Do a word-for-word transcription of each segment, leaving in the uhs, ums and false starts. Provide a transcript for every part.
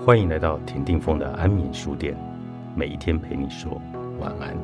欢迎来到田定峰的安眠书店，每一天陪你说晚安。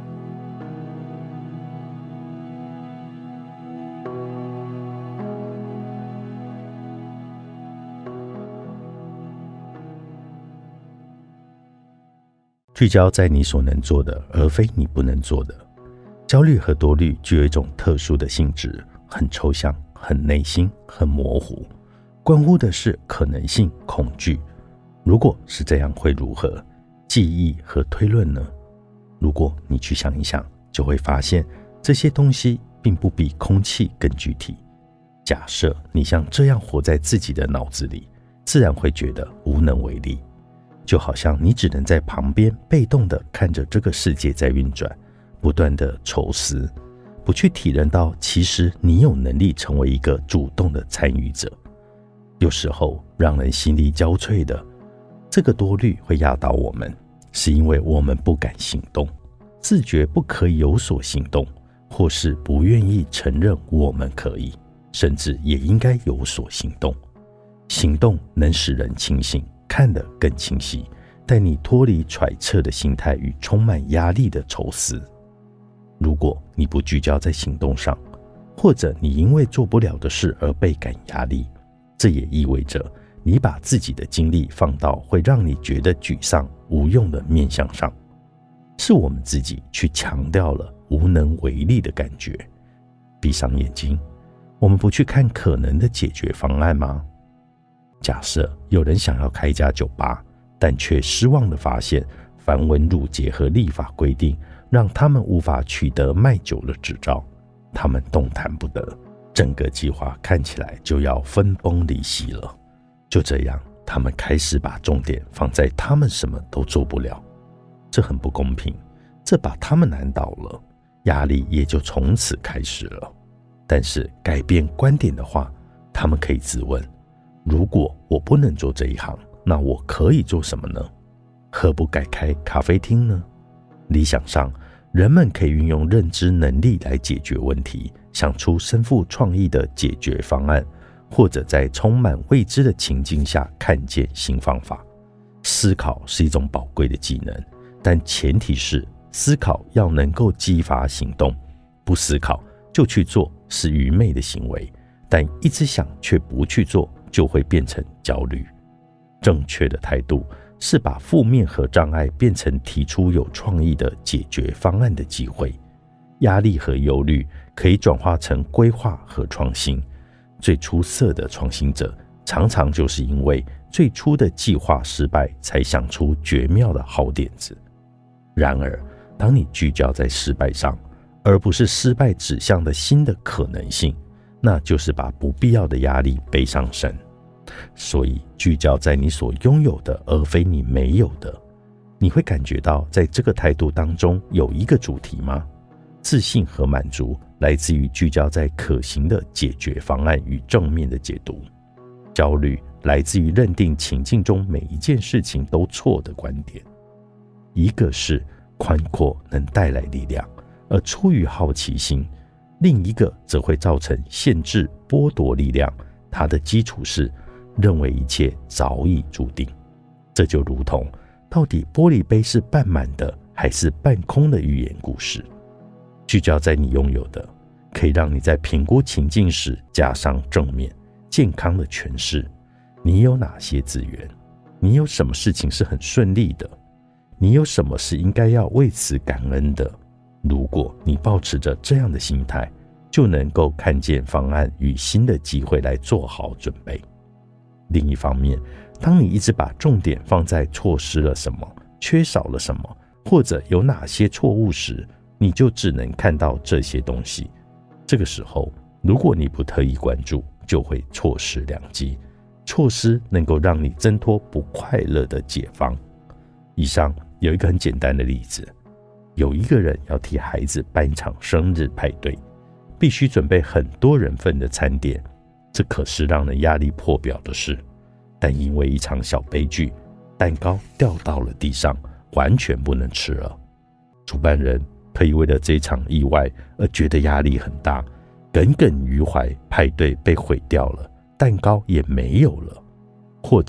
聚焦在你所能做的，而非你不能做的。焦虑和多虑具有一种特殊的性质，很抽象，很内心，很模糊，关乎的是可能性、恐惧。如果是这样会如何？记忆和推论呢？如果你去想一想，就会发现这些东西并不比空气更具体。假设你像这样活在自己的脑子里，自然会觉得无能为力，就好像你只能在旁边被动地看着这个世界在运转，不断地筹思，不去体认到其实你有能力成为一个主动的参与者。有时候让人心力交瘁的这个多虑会压倒我们，是因为我们不敢行动，自觉不可以有所行动，或是不愿意承认我们可以，甚至也应该有所行动。行动能使人清醒，看得更清晰，带你脱离揣测的心态与充满压力的愁思。如果你不聚焦在行动上，或者你因为做不了的事而倍感压力，这也意味着你把自己的精力放到会让你觉得沮丧无用的面向上，是我们自己去强调了无能为力的感觉。闭上眼睛，我们不去看可能的解决方案吗？假设有人想要开一家酒吧，但却失望地发现繁文缛节和立法规定让他们无法取得卖酒的执照，他们动弹不得，整个计划看起来就要分崩离析了。就这样，他们开始把重点放在他们什么都做不了，这很不公平，这把他们难倒了，压力也就从此开始了。但是改变观点的话，他们可以自问，如果我不能做这一行，那我可以做什么呢？何不改开咖啡厅呢？理想上，人们可以运用认知能力来解决问题，想出身富创意的解决方案，或者在充满未知的情境下看见新方法。思考是一种宝贵的技能，但前提是思考要能够激发行动，不思考就去做是愚昧的行为，但一直想却不去做就会变成焦虑。正确的态度是把负面和障碍变成提出有创意的解决方案的机会。压力和忧虑可以转化成规划和创新。最出色的创新者常常就是因为最初的计划失败，才想出绝妙的好点子。然而，当你聚焦在失败上，而不是失败指向的新的可能性，那就是把不必要的压力背上身。所以，聚焦在你所拥有的，而非你没有的。你会感觉到在这个态度当中有一个主题吗？自信和满足来自于聚焦在可行的解决方案与正面的解读。焦虑来自于认定情境中每一件事情都错的观点。一个是宽阔能带来力量，而出于好奇心；另一个则会造成限制、剥夺力量。它的基础是认为一切早已注定。这就如同到底玻璃杯是半满的还是半空的寓言故事。聚焦在你拥有的，可以让你在评估情境时加上正面、健康的诠释。你有哪些资源？你有什么事情是很顺利的？你有什么是应该要为此感恩的？如果你抱持着这样的心态，就能够看见方案与新的机会来做好准备。另一方面，当你一直把重点放在错失了什么、缺少了什么，或者有哪些错误时，你就只能看到这些东西。这个时候，如果你不特意关注，就会错失良机。错失能够让你挣脱不快乐的解放。以上有一个很简单的例子，有一个人要替孩子办一场生日派对，必须准备很多人份的餐点，这可是让人压力破表的事。但因为一场小悲剧，蛋糕掉到了地上，完全不能吃了。主办人特意为了这场意外而觉得压力很大，耿耿于怀，派对被毁掉了，蛋糕也没有了。或者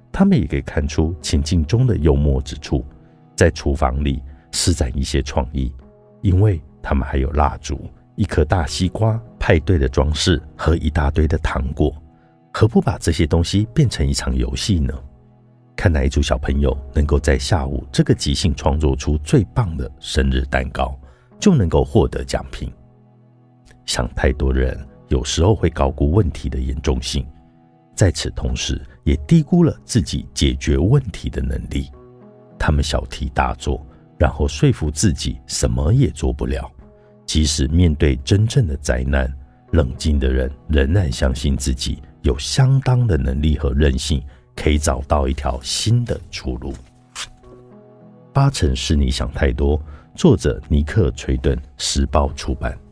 他们也可以看出情境中的幽默之处，在厨房里施展一些创意，因为他们还有蜡烛、一颗大西瓜、派对的装饰和一大堆的糖果，何不把这些东西变成一场游戏呢？看哪一组小朋友能够在下午这个即兴创作出最棒的生日蛋糕，就能够获得奖品。想太多的人有时候会高估问题的严重性，在此同时也低估了自己解决问题的能力。他们小题大做，然后说服自己什么也做不了。即使面对真正的灾难，冷静的人仍然相信自己有相当的能力和韧性，可以找到一条新的出路。八成是你想太多，作者尼克·崔顿，时报出版。